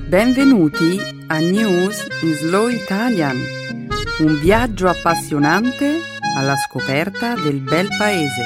Benvenuti a News in Slow Italian, un viaggio appassionante alla scoperta del bel paese.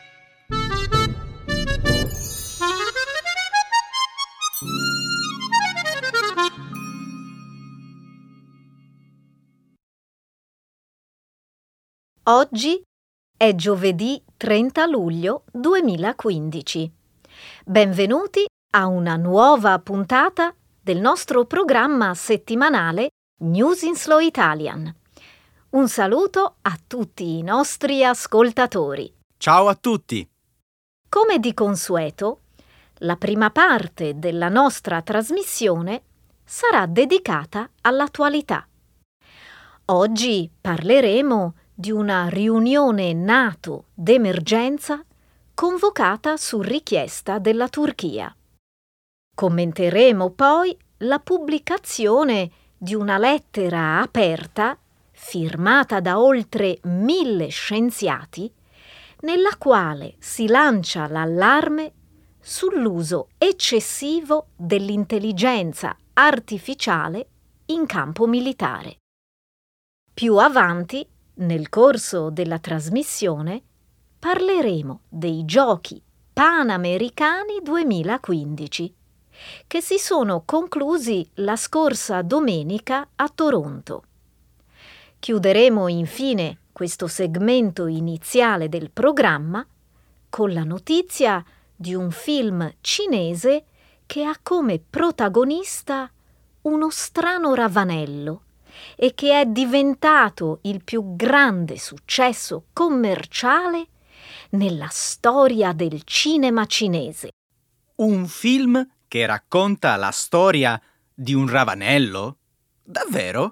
Oggi è giovedì 30 luglio 2015. Benvenuti a una nuova puntata del nostro programma settimanale News in Slow Italian. Un saluto a tutti i nostri ascoltatori. Ciao a tutti! Come di consueto, la prima parte della nostra trasmissione sarà dedicata all'attualità. Oggi parleremo di una riunione NATO d'emergenza convocata su richiesta della Turchia. Commenteremo poi la pubblicazione di una lettera aperta firmata da oltre 1000 scienziati nella quale si lancia l'allarme sull'uso eccessivo dell'intelligenza artificiale in campo militare. Più avanti, nel corso della trasmissione, parleremo dei Giochi Panamericani 2015, che si sono conclusi la scorsa domenica a Toronto. Chiuderemo infine questo segmento iniziale del programma con la notizia di un film cinese che ha come protagonista uno strano ravanello e che è diventato il più grande successo commerciale nella storia del cinema cinese. Un film che racconta la storia di un ravanello? Davvero?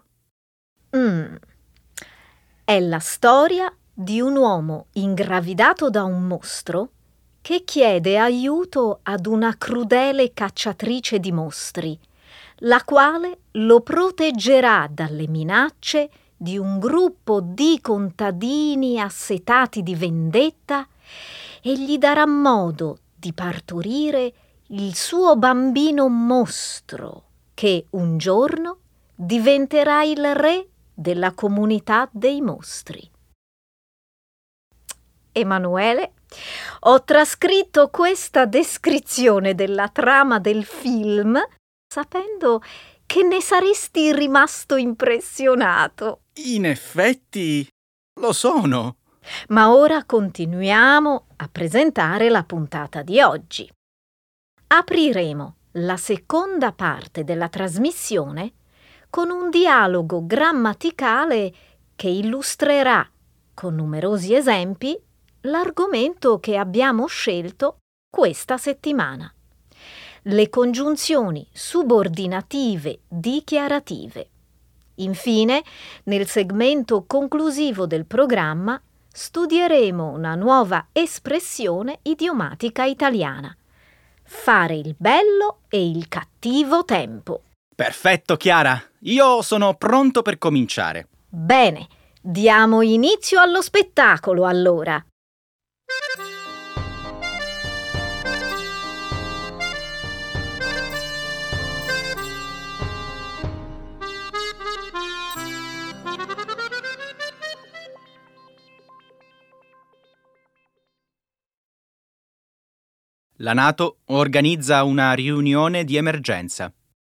È la storia di un uomo ingravidato da un mostro che chiede aiuto ad una crudele cacciatrice di mostri, la quale lo proteggerà dalle minacce di un gruppo di contadini assetati di vendetta e gli darà modo di partorire il suo bambino mostro, che un giorno diventerà il re della comunità dei mostri. Emanuele, ho trascritto questa descrizione della trama del film sapendo che ne saresti rimasto impressionato. In effetti, lo sono. Ma ora continuiamo a presentare la puntata di oggi. Apriremo la seconda parte della trasmissione con un dialogo grammaticale che illustrerà, con numerosi esempi, l'argomento che abbiamo scelto questa settimana: le congiunzioni subordinative dichiarative. Infine, nel segmento conclusivo del programma, studieremo una nuova espressione idiomatica italiana: fare il bello e il cattivo tempo. Perfetto, Chiara. Io sono pronto per cominciare. Bene, diamo inizio allo spettacolo allora. La NATO organizza una riunione di emergenza.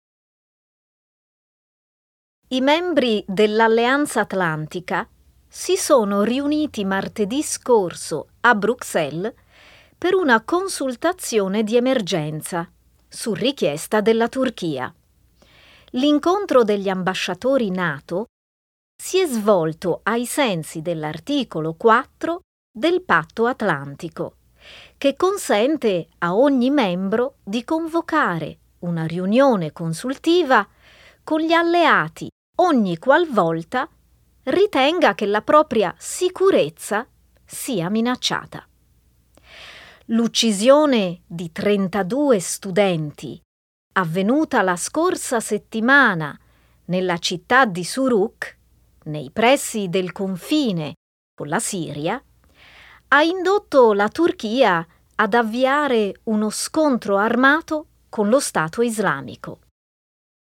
I membri dell'Alleanza Atlantica si sono riuniti martedì scorso a Bruxelles per una consultazione di emergenza su richiesta della Turchia. L'incontro degli ambasciatori NATO si è svolto ai sensi dell'articolo 4 del Patto Atlantico, che consente a ogni membro di convocare una riunione consultiva con gli alleati ogni qualvolta ritenga che la propria sicurezza sia minacciata. L'uccisione di 32 studenti, avvenuta la scorsa settimana nella città di Suruk, nei pressi del confine con la Siria, ha indotto la Turchia ad avviare uno scontro armato con lo Stato islamico.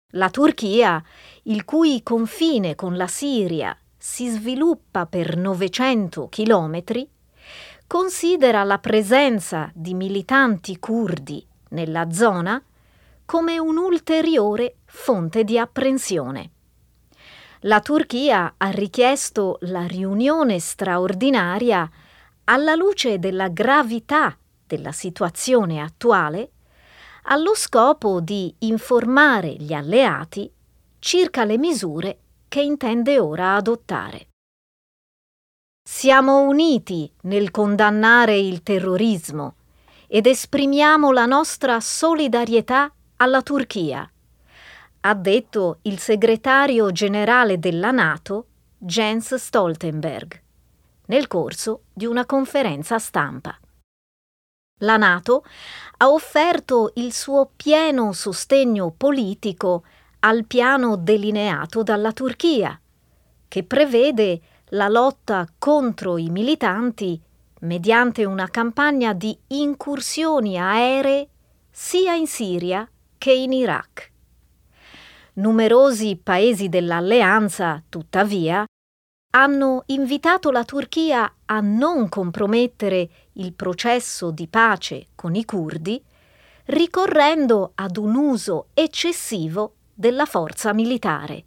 La Turchia, il cui confine con la Siria si sviluppa per 900 chilometri, considera la presenza di militanti curdi nella zona come un'ulteriore fonte di apprensione. La Turchia ha richiesto la riunione straordinaria alla luce della gravità della situazione attuale, allo scopo di informare gli alleati circa le misure che intende ora adottare. Siamo uniti nel condannare il terrorismo ed esprimiamo la nostra solidarietà alla Turchia, ha detto il segretario generale della NATO, Jens Stoltenberg, nel corso di una conferenza stampa. La NATO ha offerto il suo pieno sostegno politico al piano delineato dalla Turchia, che prevede la lotta contro i militanti mediante una campagna di incursioni aeree sia in Siria che in Iraq. Numerosi paesi dell'alleanza, tuttavia, hanno invitato la Turchia a non compromettere il processo di pace con i curdi, ricorrendo ad un uso eccessivo della forza militare.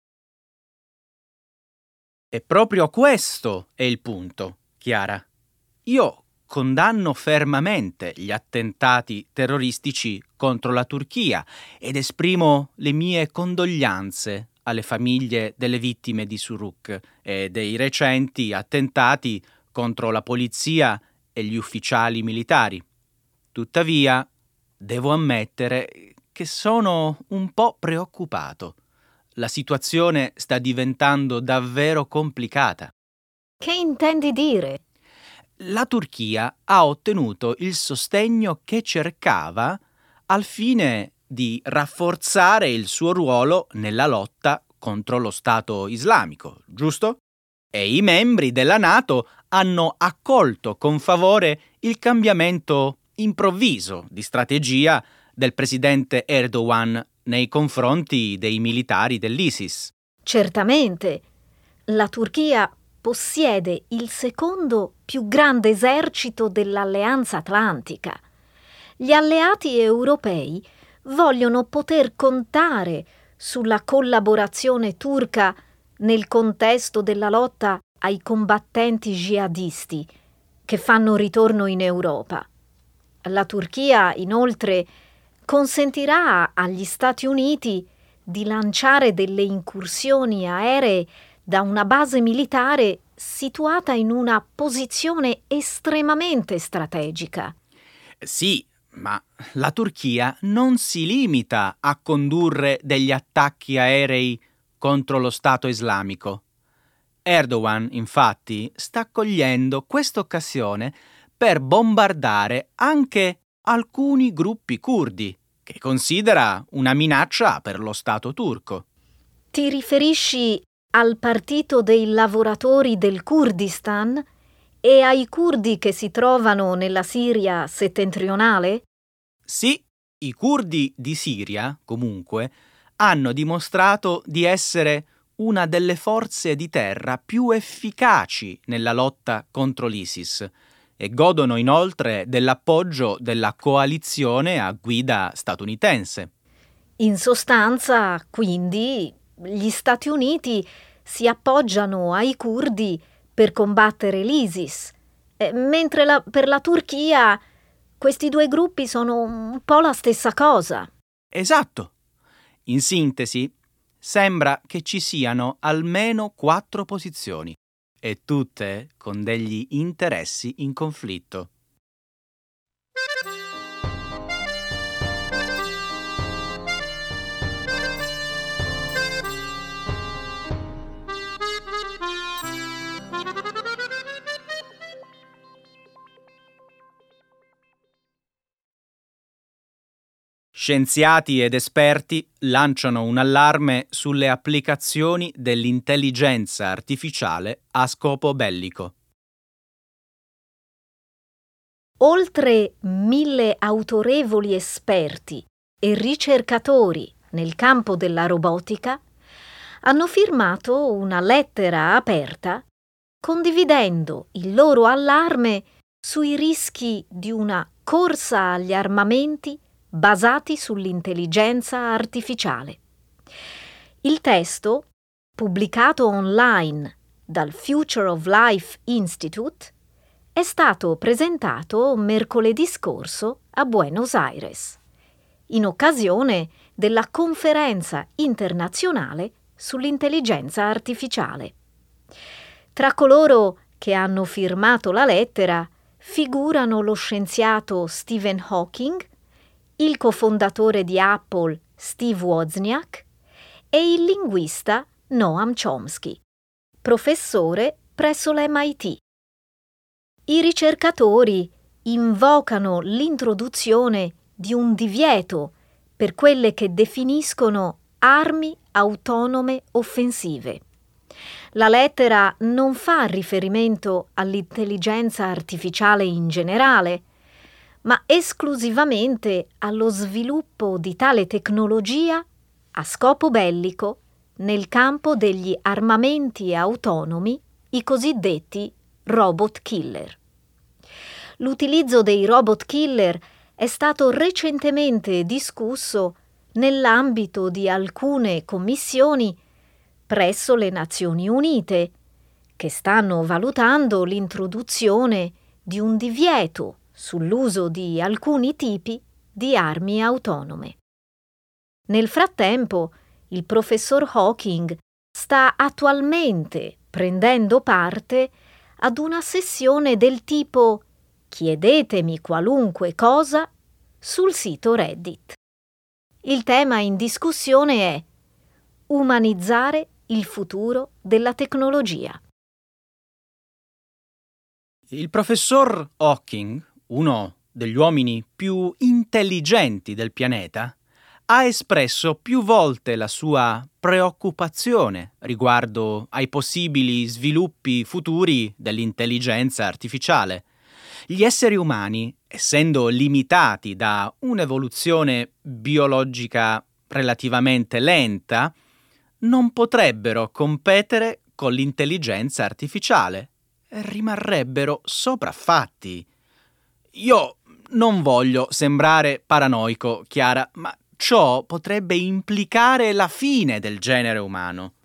E proprio questo è il punto, Chiara. Io condanno fermamente gli attentati terroristici contro la Turchia ed esprimo le mie condoglianze alle famiglie delle vittime di Suruk e dei recenti attentati contro la polizia e gli ufficiali militari. Tuttavia, devo ammettere che sono un po' preoccupato. La situazione sta diventando davvero complicata. Che intendi dire? La Turchia ha ottenuto il sostegno che cercava al fine di rafforzare il suo ruolo nella lotta contro lo Stato islamico, giusto? E i membri della NATO hanno accolto con favore il cambiamento improvviso di strategia del presidente Erdogan nei confronti dei militari dell'ISIS. Certamente, la Turchia possiede il secondo più grande esercito dell'Alleanza Atlantica. Gli alleati europei vogliono poter contare sulla collaborazione turca nel contesto della lotta ai combattenti jihadisti che fanno ritorno in Europa. La Turchia, inoltre, consentirà agli Stati Uniti di lanciare delle incursioni aeree da una base militare situata in una posizione estremamente strategica. Sì, ma la Turchia non si limita a condurre degli attacchi aerei contro lo Stato islamico. Erdogan, infatti, sta cogliendo questa occasione per bombardare anche alcuni gruppi curdi, che considera una minaccia per lo Stato turco. Ti riferisci al Partito dei Lavoratori del Kurdistan e ai curdi che si trovano nella Siria settentrionale? Sì, i curdi di Siria, comunque, hanno dimostrato di essere una delle forze di terra più efficaci nella lotta contro l'ISIS e godono inoltre dell'appoggio della coalizione a guida statunitense. In sostanza, quindi, gli Stati Uniti si appoggiano ai curdi per combattere l'ISIS, mentre per la Turchia questi due gruppi sono un po' la stessa cosa. Esatto. In sintesi, sembra che ci siano almeno 4 posizioni, e tutte con degli interessi in conflitto. Scienziati ed esperti lanciano un allarme sulle applicazioni dell'intelligenza artificiale a scopo bellico. Oltre 1000 autorevoli esperti e ricercatori nel campo della robotica hanno firmato una lettera aperta condividendo il loro allarme sui rischi di una corsa agli armamenti basati sull'intelligenza artificiale. Il testo, pubblicato online dal Future of Life Institute, è stato presentato mercoledì scorso a Buenos Aires, in occasione della Conferenza internazionale sull'intelligenza artificiale. Tra coloro che hanno firmato la lettera figurano lo scienziato Stephen Hawking, il cofondatore di Apple Steve Wozniak e il linguista Noam Chomsky, professore presso l'MIT. I ricercatori invocano l'introduzione di un divieto per quelle che definiscono armi autonome offensive. La lettera non fa riferimento all'intelligenza artificiale in generale, ma esclusivamente allo sviluppo di tale tecnologia a scopo bellico nel campo degli armamenti autonomi, i cosiddetti robot killer. L'utilizzo dei robot killer è stato recentemente discusso nell'ambito di alcune commissioni presso le Nazioni Unite, che stanno valutando l'introduzione di un divieto sull'uso di alcuni tipi di armi autonome. Nel frattempo, il professor Hawking sta attualmente prendendo parte ad una sessione del tipo "Chiedetemi qualunque cosa" sul sito Reddit. Il tema in discussione è umanizzare il futuro della tecnologia. Il professor Hawking, uno degli uomini più intelligenti del pianeta, ha espresso più volte la sua preoccupazione riguardo ai possibili sviluppi futuri dell'intelligenza artificiale. Gli esseri umani, essendo limitati da un'evoluzione biologica relativamente lenta, non potrebbero competere con l'intelligenza artificiale e rimarrebbero sopraffatti. Io non voglio sembrare paranoico, Chiara, ma ciò potrebbe implicare la fine del genere umano.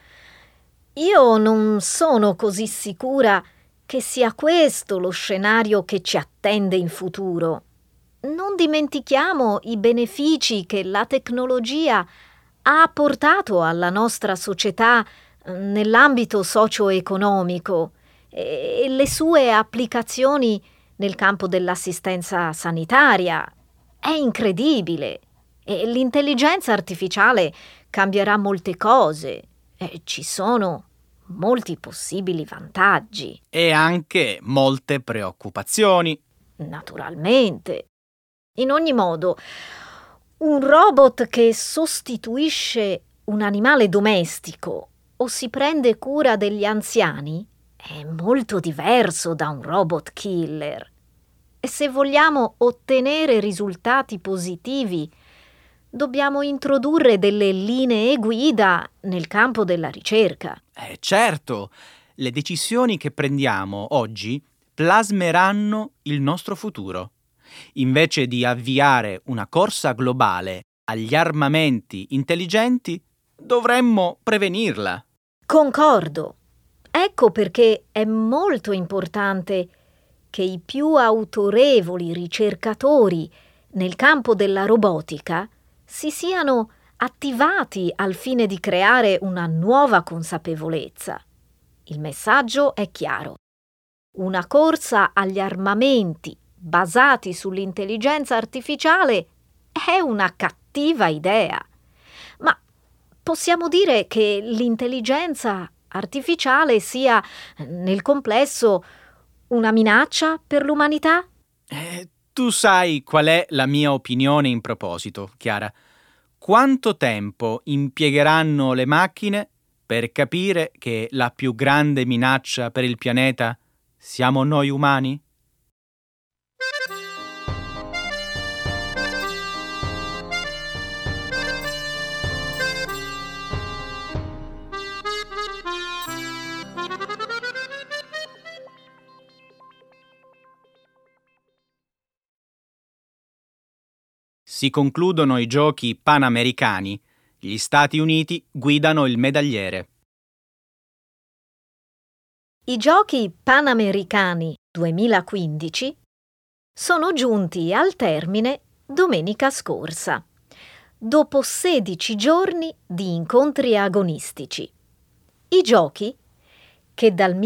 Io non sono così sicura che sia questo lo scenario che ci attende in futuro. Non dimentichiamo i benefici che la tecnologia ha portato alla nostra società nell'ambito socio-economico e le sue applicazioni nel campo dell'assistenza sanitaria. È incredibile e l'intelligenza artificiale cambierà molte cose e ci sono molti possibili vantaggi. E anche molte preoccupazioni. Naturalmente. In ogni modo, un robot che sostituisce un animale domestico o si prende cura degli anziani è molto diverso da un robot killer. E se vogliamo ottenere risultati positivi, dobbiamo introdurre delle linee guida nel campo della ricerca. Certo, le decisioni che prendiamo oggi plasmeranno il nostro futuro. Invece di avviare una corsa globale agli armamenti intelligenti, dovremmo prevenirla. Concordo. Ecco perché è molto importante che i più autorevoli ricercatori nel campo della robotica si siano attivati al fine di creare una nuova consapevolezza. Il messaggio è chiaro. Una corsa agli armamenti basati sull'intelligenza artificiale è una cattiva idea. Ma possiamo dire che l'intelligenza artificiale sia, nel complesso, una minaccia per l'umanità? Tu sai qual è la mia opinione in proposito, Chiara. Quanto tempo impiegheranno le macchine per capire che la più grande minaccia per il pianeta siamo noi umani? Si concludono i giochi panamericani. Gli Stati Uniti guidano il medagliere. I giochi panamericani 2015 sono giunti al termine domenica scorsa, dopo 16 giorni di incontri agonistici. I giochi, che dal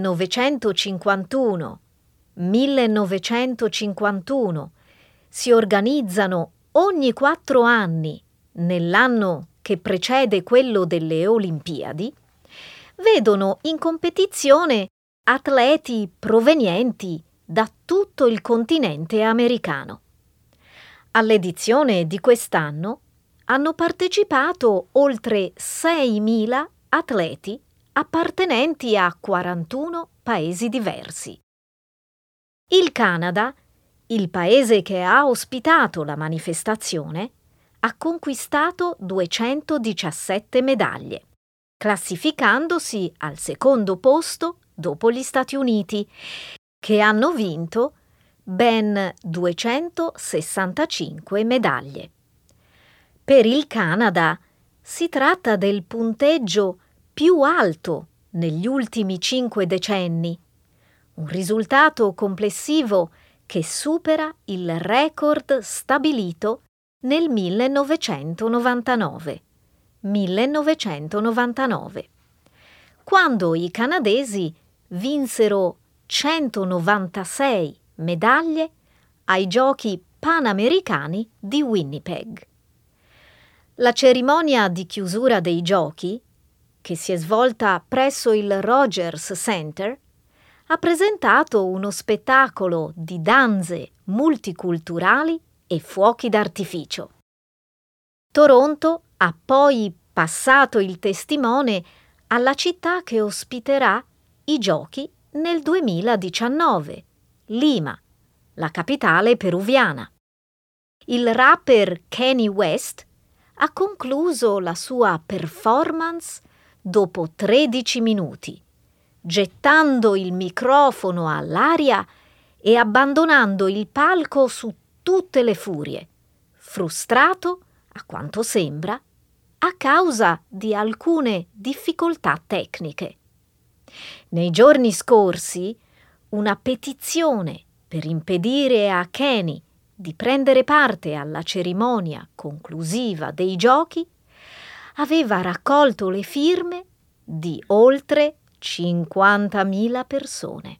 1951 si organizzano ogni 4 anni nell'anno che precede quello delle Olimpiadi, vedono in competizione atleti provenienti da tutto il continente americano. All'edizione di quest'anno hanno partecipato oltre 6.000 atleti appartenenti a 41 paesi diversi. Il Canada, il paese che ha ospitato la manifestazione, ha conquistato 217 medaglie, classificandosi al secondo posto dopo gli Stati Uniti, che hanno vinto ben 265 medaglie. Per il Canada si tratta del punteggio più alto negli ultimi 5 decenni, un risultato complessivo che supera il record stabilito nel 1999, quando i canadesi vinsero 196 medaglie ai Giochi Panamericani di Winnipeg. La cerimonia di chiusura dei Giochi, che si è svolta presso il Rogers Center, ha presentato uno spettacolo di danze multiculturali e fuochi d'artificio. Toronto ha poi passato il testimone alla città che ospiterà i Giochi nel 2019, Lima, la capitale peruviana. Il rapper Kanye West ha concluso la sua performance dopo 13 minuti, gettando il microfono all'aria e abbandonando il palco su tutte le furie, frustrato, a quanto sembra, a causa di alcune difficoltà tecniche. Nei giorni scorsi, una petizione per impedire a Kanye di prendere parte alla cerimonia conclusiva dei Giochi aveva raccolto le firme di oltre 50.000 persone.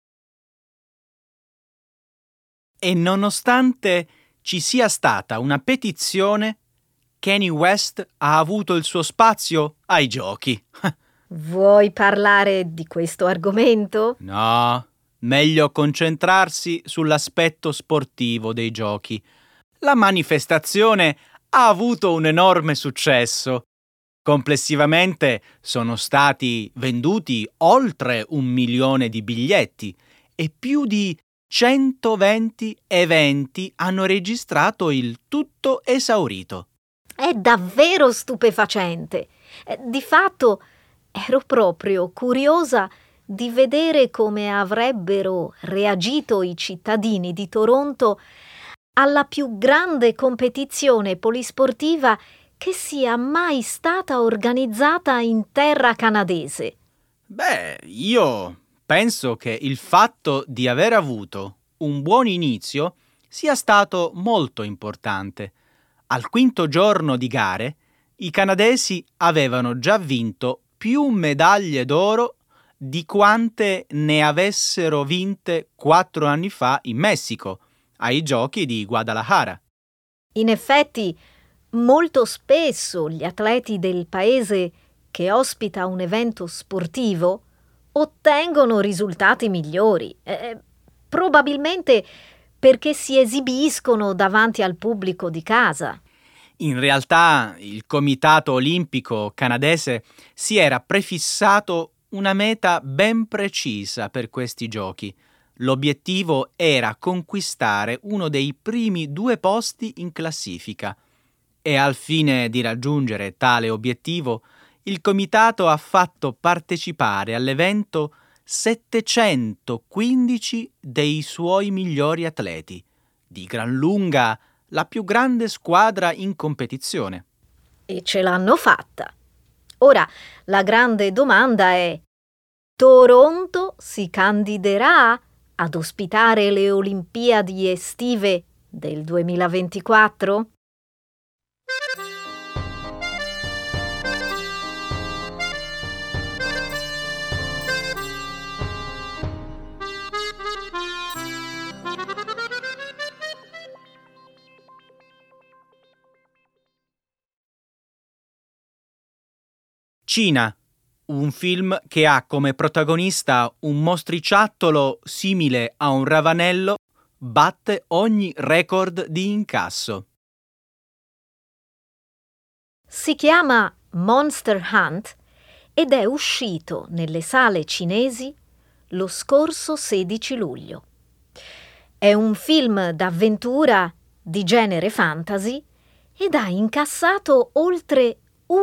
E nonostante ci sia stata una petizione, Kanye West ha avuto il suo spazio ai Giochi. Vuoi parlare di questo argomento? No, meglio concentrarsi sull'aspetto sportivo dei Giochi. La manifestazione ha avuto un enorme successo. Complessivamente sono stati venduti oltre 1 milione di biglietti e più di 120 eventi hanno registrato il tutto esaurito. È davvero stupefacente. Di fatto ero proprio curiosa di vedere come avrebbero reagito i cittadini di Toronto alla più grande competizione polisportiva che sia mai stata organizzata in terra canadese. Beh, io penso che il fatto di aver avuto un buon inizio sia stato molto importante. Al quinto giorno di gare, i canadesi avevano già vinto più medaglie d'oro di quante ne avessero vinte 4 anni fa in Messico, ai Giochi di Guadalajara. In effetti, molto spesso gli atleti del paese che ospita un evento sportivo ottengono risultati migliori, probabilmente perché si esibiscono davanti al pubblico di casa. In realtà il Comitato Olimpico canadese si era prefissato una meta ben precisa per questi giochi. L'obiettivo era conquistare uno dei primi 2 posti in classifica. E al fine di raggiungere tale obiettivo, il comitato ha fatto partecipare all'evento 715 dei suoi migliori atleti, di gran lunga la più grande squadra in competizione. E ce l'hanno fatta. Ora, la grande domanda è: Toronto si candiderà ad ospitare le Olimpiadi estive del 2024? Cina, un film che ha come protagonista un mostriciattolo simile a un ravanello, batte ogni record di incasso. Si chiama Monster Hunt ed è uscito nelle sale cinesi lo scorso 16 luglio. È un film d'avventura di genere fantasy ed ha incassato oltre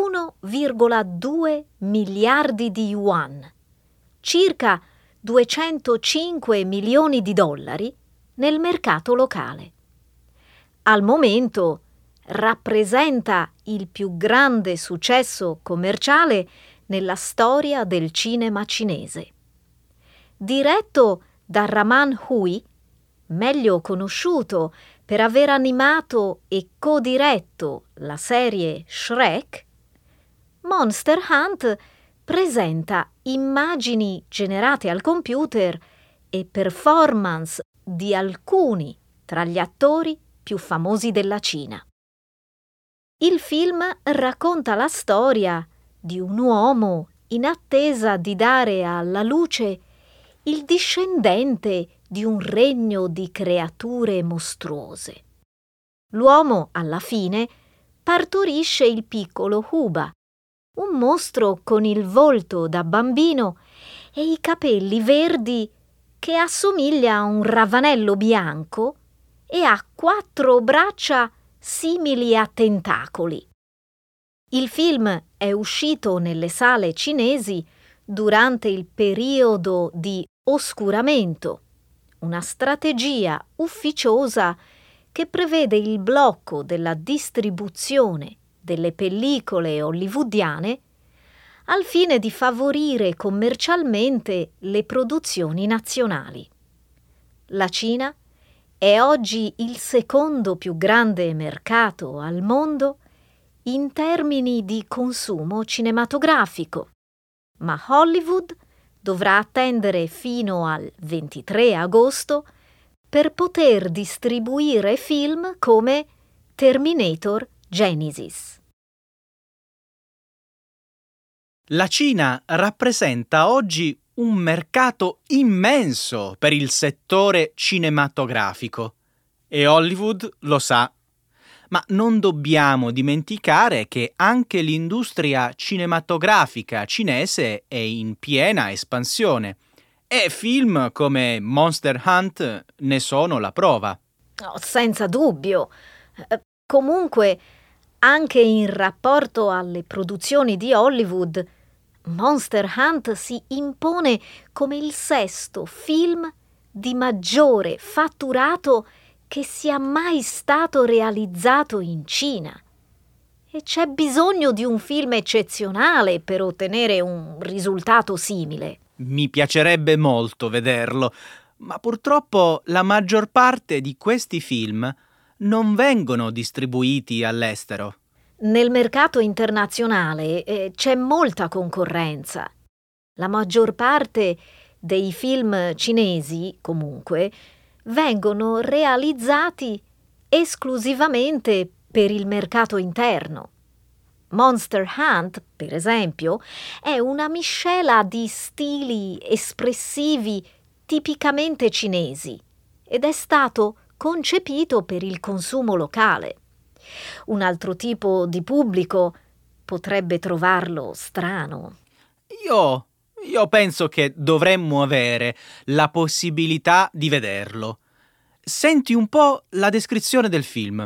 1,2 miliardi di yuan, circa 205 milioni di dollari nel mercato locale. Al momento rappresenta il più grande successo commerciale nella storia del cinema cinese. Diretto da Raman Hui, meglio conosciuto per aver animato e co-diretto la serie Shrek, Monster Hunt presenta immagini generate al computer e performance di alcuni tra gli attori più famosi della Cina. Il film racconta la storia di un uomo in attesa di dare alla luce il discendente di un regno di creature mostruose. L'uomo, alla fine, partorisce il piccolo Huba, un mostro con il volto da bambino e i capelli verdi che assomiglia a un ravanello bianco e ha 4 braccia simili a tentacoli. Il film è uscito nelle sale cinesi durante il periodo di oscuramento, una strategia ufficiosa che prevede il blocco della distribuzione delle pellicole hollywoodiane al fine di favorire commercialmente le produzioni nazionali. La Cina è oggi il secondo più grande mercato al mondo in termini di consumo cinematografico, ma Hollywood dovrà attendere fino al 23 agosto per poter distribuire film come Terminator Genesis. La Cina rappresenta oggi un mercato immenso per il settore cinematografico e Hollywood lo sa. Ma non dobbiamo dimenticare che anche l'industria cinematografica cinese è in piena espansione e film come Monster Hunt ne sono la prova. Oh, senza dubbio. Comunque, anche in rapporto alle produzioni di Hollywood, Monster Hunt si impone come il 6º film di maggiore fatturato che sia mai stato realizzato in Cina. E c'è bisogno di un film eccezionale per ottenere un risultato simile. Mi piacerebbe molto vederlo, ma purtroppo la maggior parte di questi film non vengono distribuiti all'estero. Nel mercato internazionale c'è molta concorrenza. La maggior parte dei film cinesi, comunque, vengono realizzati esclusivamente per il mercato interno. Monster Hunt, per esempio, è una miscela di stili espressivi tipicamente cinesi ed è stato concepito per il consumo locale. Un altro tipo di pubblico potrebbe trovarlo strano. Io penso che dovremmo avere la possibilità di vederlo. Senti un po' la descrizione del film.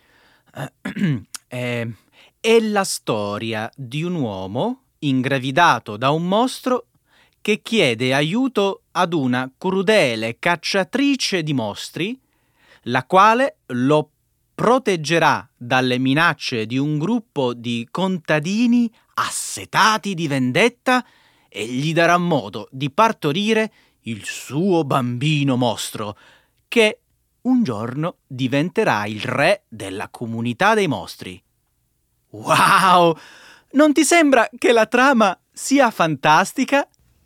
È la storia di un uomo ingravidato da un mostro che chiede aiuto ad una crudele cacciatrice di mostri, la quale lo proteggerà dalle minacce di un gruppo di contadini assetati di vendetta e gli darà modo di partorire il suo bambino mostro, che un giorno diventerà il re della comunità dei mostri. Wow! Non ti sembra che la trama sia fantastica?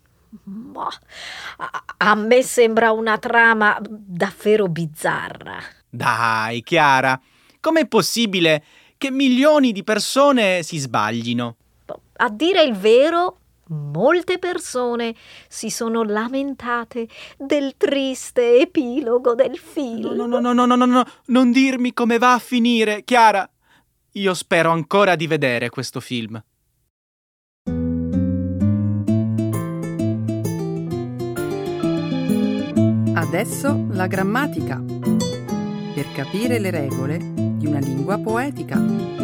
A me sembra una trama davvero bizzarra. Dai, Chiara, com'è possibile che milioni di persone si sbaglino? A dire il vero, molte persone si sono lamentate del triste epilogo del film. No, non dirmi come va a finire, Chiara. Io spero ancora di vedere questo film. Adesso la grammatica, per capire le regole di una lingua poetica.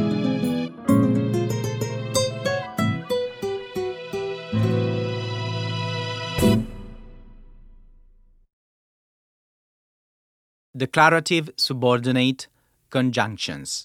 Declarative subordinate conjunctions.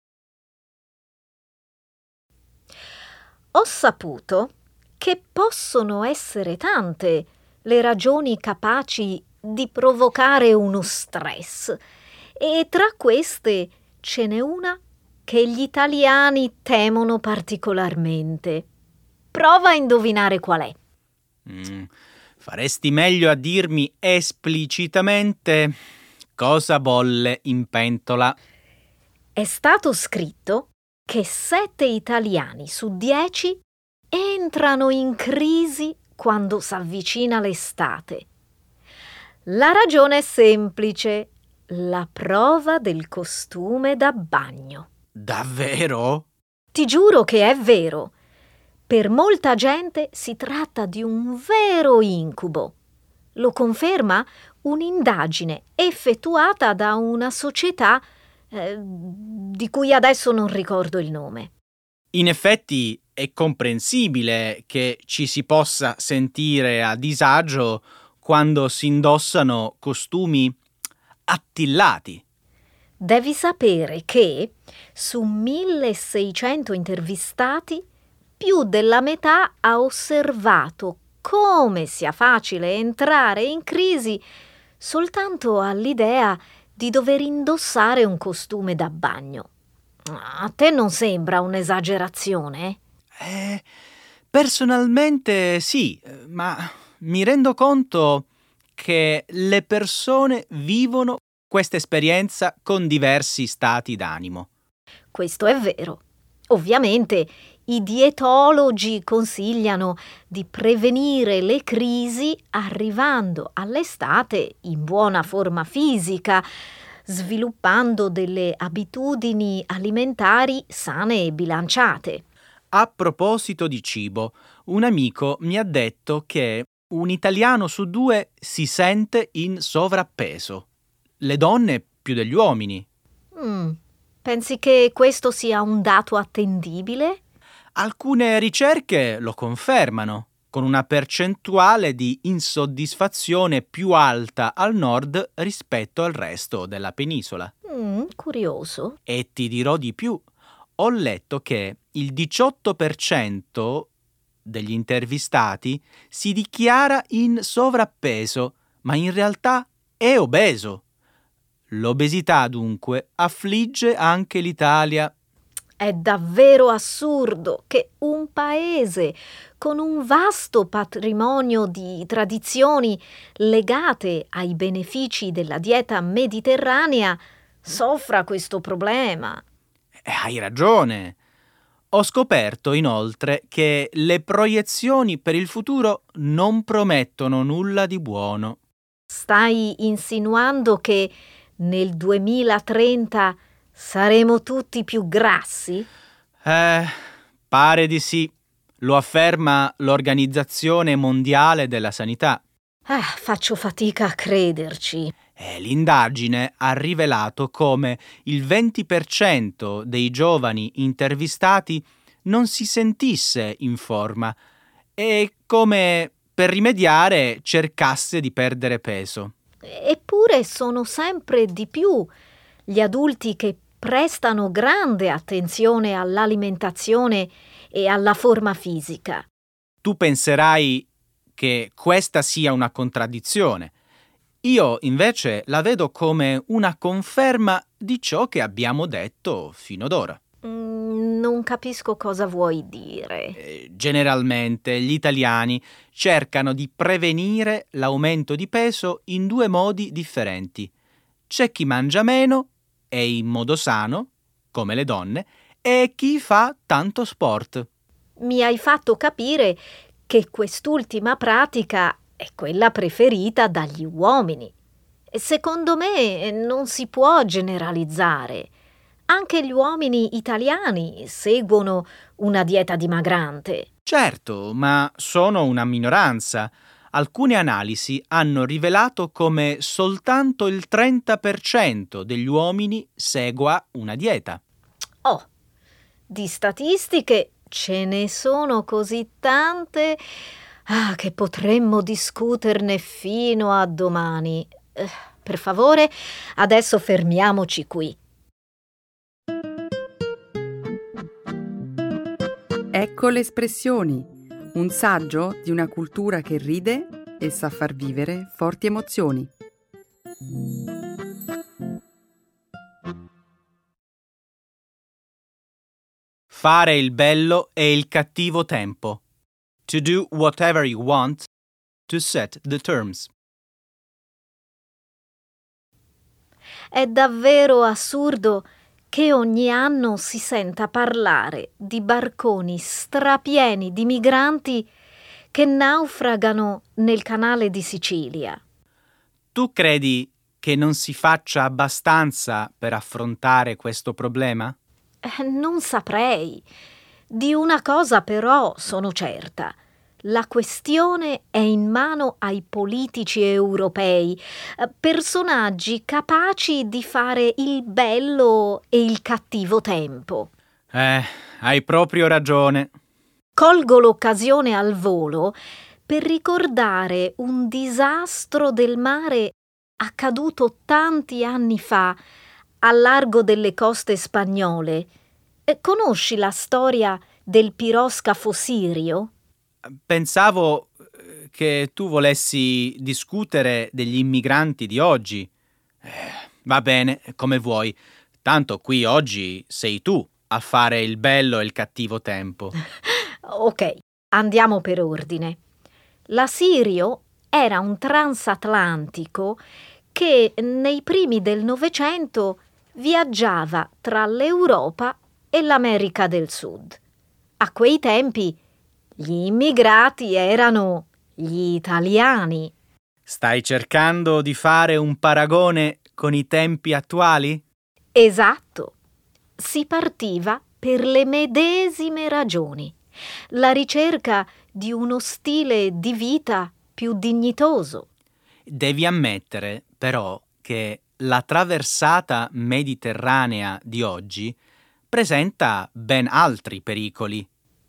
Ho saputo che possono essere tante le ragioni capaci di provocare uno stress, e tra queste ce n'è una che gli italiani temono particolarmente. Prova a indovinare qual è. Faresti meglio a dirmi esplicitamente cosa bolle in pentola. È stato scritto che 7 italiani su 10 entrano in crisi quando s'avvicina l'estate. La ragione è semplice: la prova del costume da bagno. Davvero? Ti giuro che è vero. Per molta gente si tratta di un vero incubo. Lo conferma un'indagine effettuata da una società di cui adesso non ricordo il nome. In effetti è comprensibile che ci si possa sentire a disagio quando si indossano costumi attillati. Devi sapere che su 1600 intervistati più della metà ha osservato come sia facile entrare in crisi soltanto all'idea di dover indossare un costume da bagno. A te non sembra un'esagerazione? Personalmente sì, ma mi rendo conto che le persone vivono questa esperienza con diversi stati d'animo. Questo è vero. Ovviamente i dietologi consigliano di prevenire le crisi arrivando all'estate in buona forma fisica, sviluppando delle abitudini alimentari sane e bilanciate. A proposito di cibo, un amico mi ha detto che un italiano su 2 si sente in sovrappeso. Le donne più degli uomini. Pensi che questo sia un dato attendibile? Alcune ricerche lo confermano, con una percentuale di insoddisfazione più alta al nord rispetto al resto della penisola. Curioso. E ti dirò di più. Ho letto che il 18% degli intervistati si dichiara in sovrappeso, ma in realtà è obeso. L'obesità, dunque, affligge anche l'Italia. È davvero assurdo che un paese con un vasto patrimonio di tradizioni legate ai benefici della dieta mediterranea soffra questo problema. Hai ragione. Ho scoperto inoltre che le proiezioni per il futuro non promettono nulla di buono. Stai insinuando che nel 2030 saremo tutti più grassi? Pare di sì. Lo afferma l'Organizzazione Mondiale della Sanità. Faccio fatica a crederci. L'indagine ha rivelato come il 20% dei giovani intervistati non si sentisse in forma e come per rimediare cercasse di perdere peso. Eppure sono sempre di più gli adulti che prestano grande attenzione all'alimentazione e alla forma fisica. Tu penserai che questa sia una contraddizione. Io invece la vedo come una conferma di ciò che abbiamo detto fino ad ora. Non capisco cosa vuoi dire. Generalmente gli italiani cercano di prevenire l'aumento di peso in due modi differenti. C'è chi mangia meno e in modo sano, come le donne, e chi fa tanto sport. Mi hai fatto capire che quest'ultima pratica è quella preferita dagli uomini. Secondo me non si può generalizzare. Anche gli uomini italiani seguono una dieta dimagrante. Certo, ma sono una minoranza. Alcune analisi hanno rivelato come soltanto il 30% degli uomini segua una dieta. Oh, di statistiche ce ne sono così tante che potremmo discuterne fino a domani. Per favore, adesso fermiamoci qui. Ecco le espressioni, un saggio di una cultura che ride e sa far vivere forti emozioni. Fare il bello e il cattivo tempo. To do whatever you want, to set the terms. È davvero assurdo che ogni anno si senta parlare di barconi strapieni di migranti che naufragano nel canale di Sicilia. Tu credi che non si faccia abbastanza per affrontare questo problema? Non saprei. Di una cosa però sono certa. La questione è in mano ai politici europei, personaggi capaci di fare il bello e il cattivo tempo. Hai proprio ragione. Colgo l'occasione al volo per ricordare un disastro del mare accaduto tanti anni fa al largo delle coste spagnole. Conosci la storia del piroscafo Sirio? Pensavo che tu volessi discutere degli immigranti di oggi. Va bene, come vuoi. Tanto qui oggi sei tu a fare il bello e il cattivo tempo. Ok, andiamo per ordine. La Sirio era un transatlantico che nei primi del Novecento viaggiava tra l'Europa e l'America del Sud. A quei tempi gli immigrati erano gli italiani. Stai cercando di fare un paragone con i tempi attuali? Esatto. Si partiva per le medesime ragioni. La ricerca di uno stile di vita più dignitoso. Devi ammettere, però, che la traversata mediterranea di oggi presenta ben altri pericoli.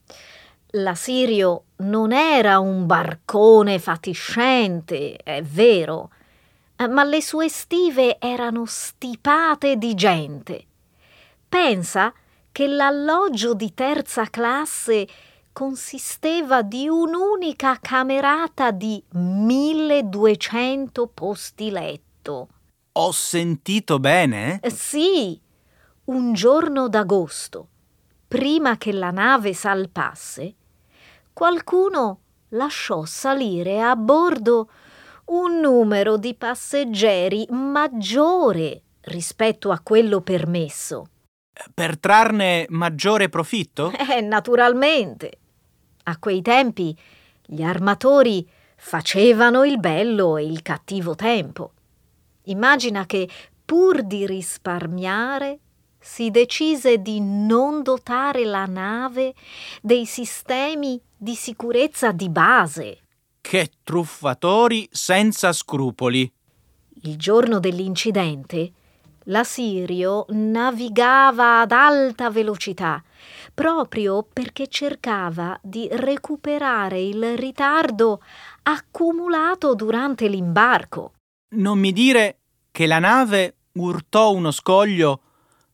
La Sirio non era un barcone fatiscente, è vero, ma le sue stive erano stipate di gente. Pensa che l'alloggio di terza classe consisteva di un'unica camerata di 1200 posti letto. Ho sentito bene? Sì, un giorno d'agosto, prima che la nave salpasse, qualcuno lasciò salire a bordo un numero di passeggeri maggiore rispetto a quello permesso. Per trarne maggiore profitto? Naturalmente. A quei tempi gli armatori facevano il bello e il cattivo tempo. Immagina che, pur di risparmiare, si decise di non dotare la nave dei sistemi di sicurezza di base. Che truffatori senza scrupoli! Il giorno dell'incidente, la Sirio navigava ad alta velocità, proprio perché cercava di recuperare il ritardo accumulato durante l'imbarco. Non mi dire che la nave urtò uno scoglio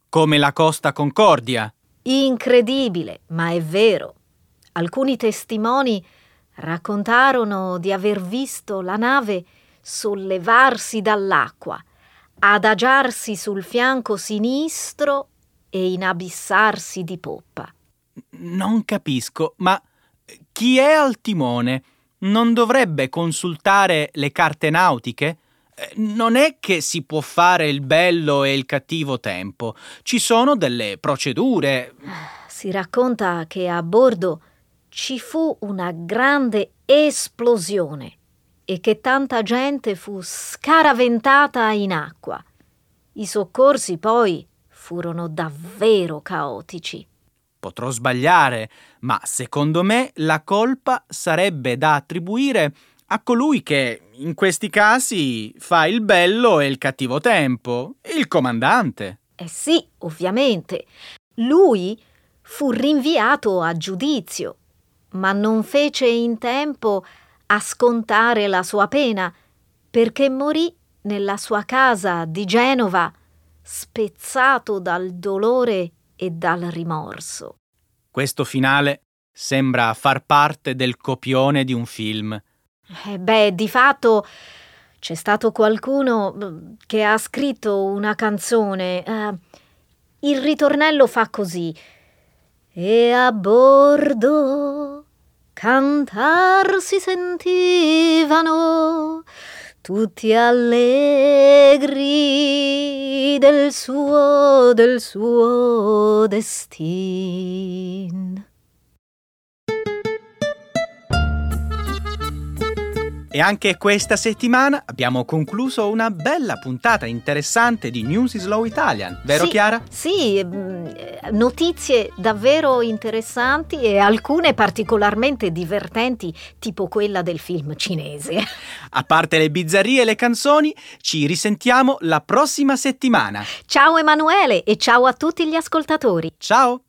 come la Costa Concordia. Incredibile, ma è vero. Alcuni testimoni raccontarono di aver visto la nave sollevarsi dall'acqua, adagiarsi sul fianco sinistro e inabissarsi di poppa. Non capisco, ma chi è al timone non dovrebbe consultare le carte nautiche? Non è che si può fare il bello e il cattivo tempo. Ci sono delle procedure. Si racconta che a bordo ci fu una grande esplosione e che tanta gente fu scaraventata in acqua. I soccorsi poi furono davvero caotici. Potrò sbagliare, ma secondo me la colpa sarebbe da attribuire a colui che, in questi casi, fa il bello e il cattivo tempo, il comandante. Sì, ovviamente. Lui fu rinviato a giudizio, ma non fece in tempo a scontare la sua pena, perché morì nella sua casa di Genova, spezzato dal dolore e dal rimorso. Questo finale sembra far parte del copione di un film. Di fatto c'è stato qualcuno che ha scritto una canzone. Il ritornello fa così: e a bordo cantar si sentivano tutti allegri del suo destin. E anche questa settimana abbiamo concluso una bella puntata interessante di News in Slow Italian, vero sì, Chiara? Sì, notizie davvero interessanti e alcune particolarmente divertenti, tipo quella del film cinese. A parte le bizzarrie e le canzoni, ci risentiamo la prossima settimana. Ciao Emanuele e ciao a tutti gli ascoltatori. Ciao!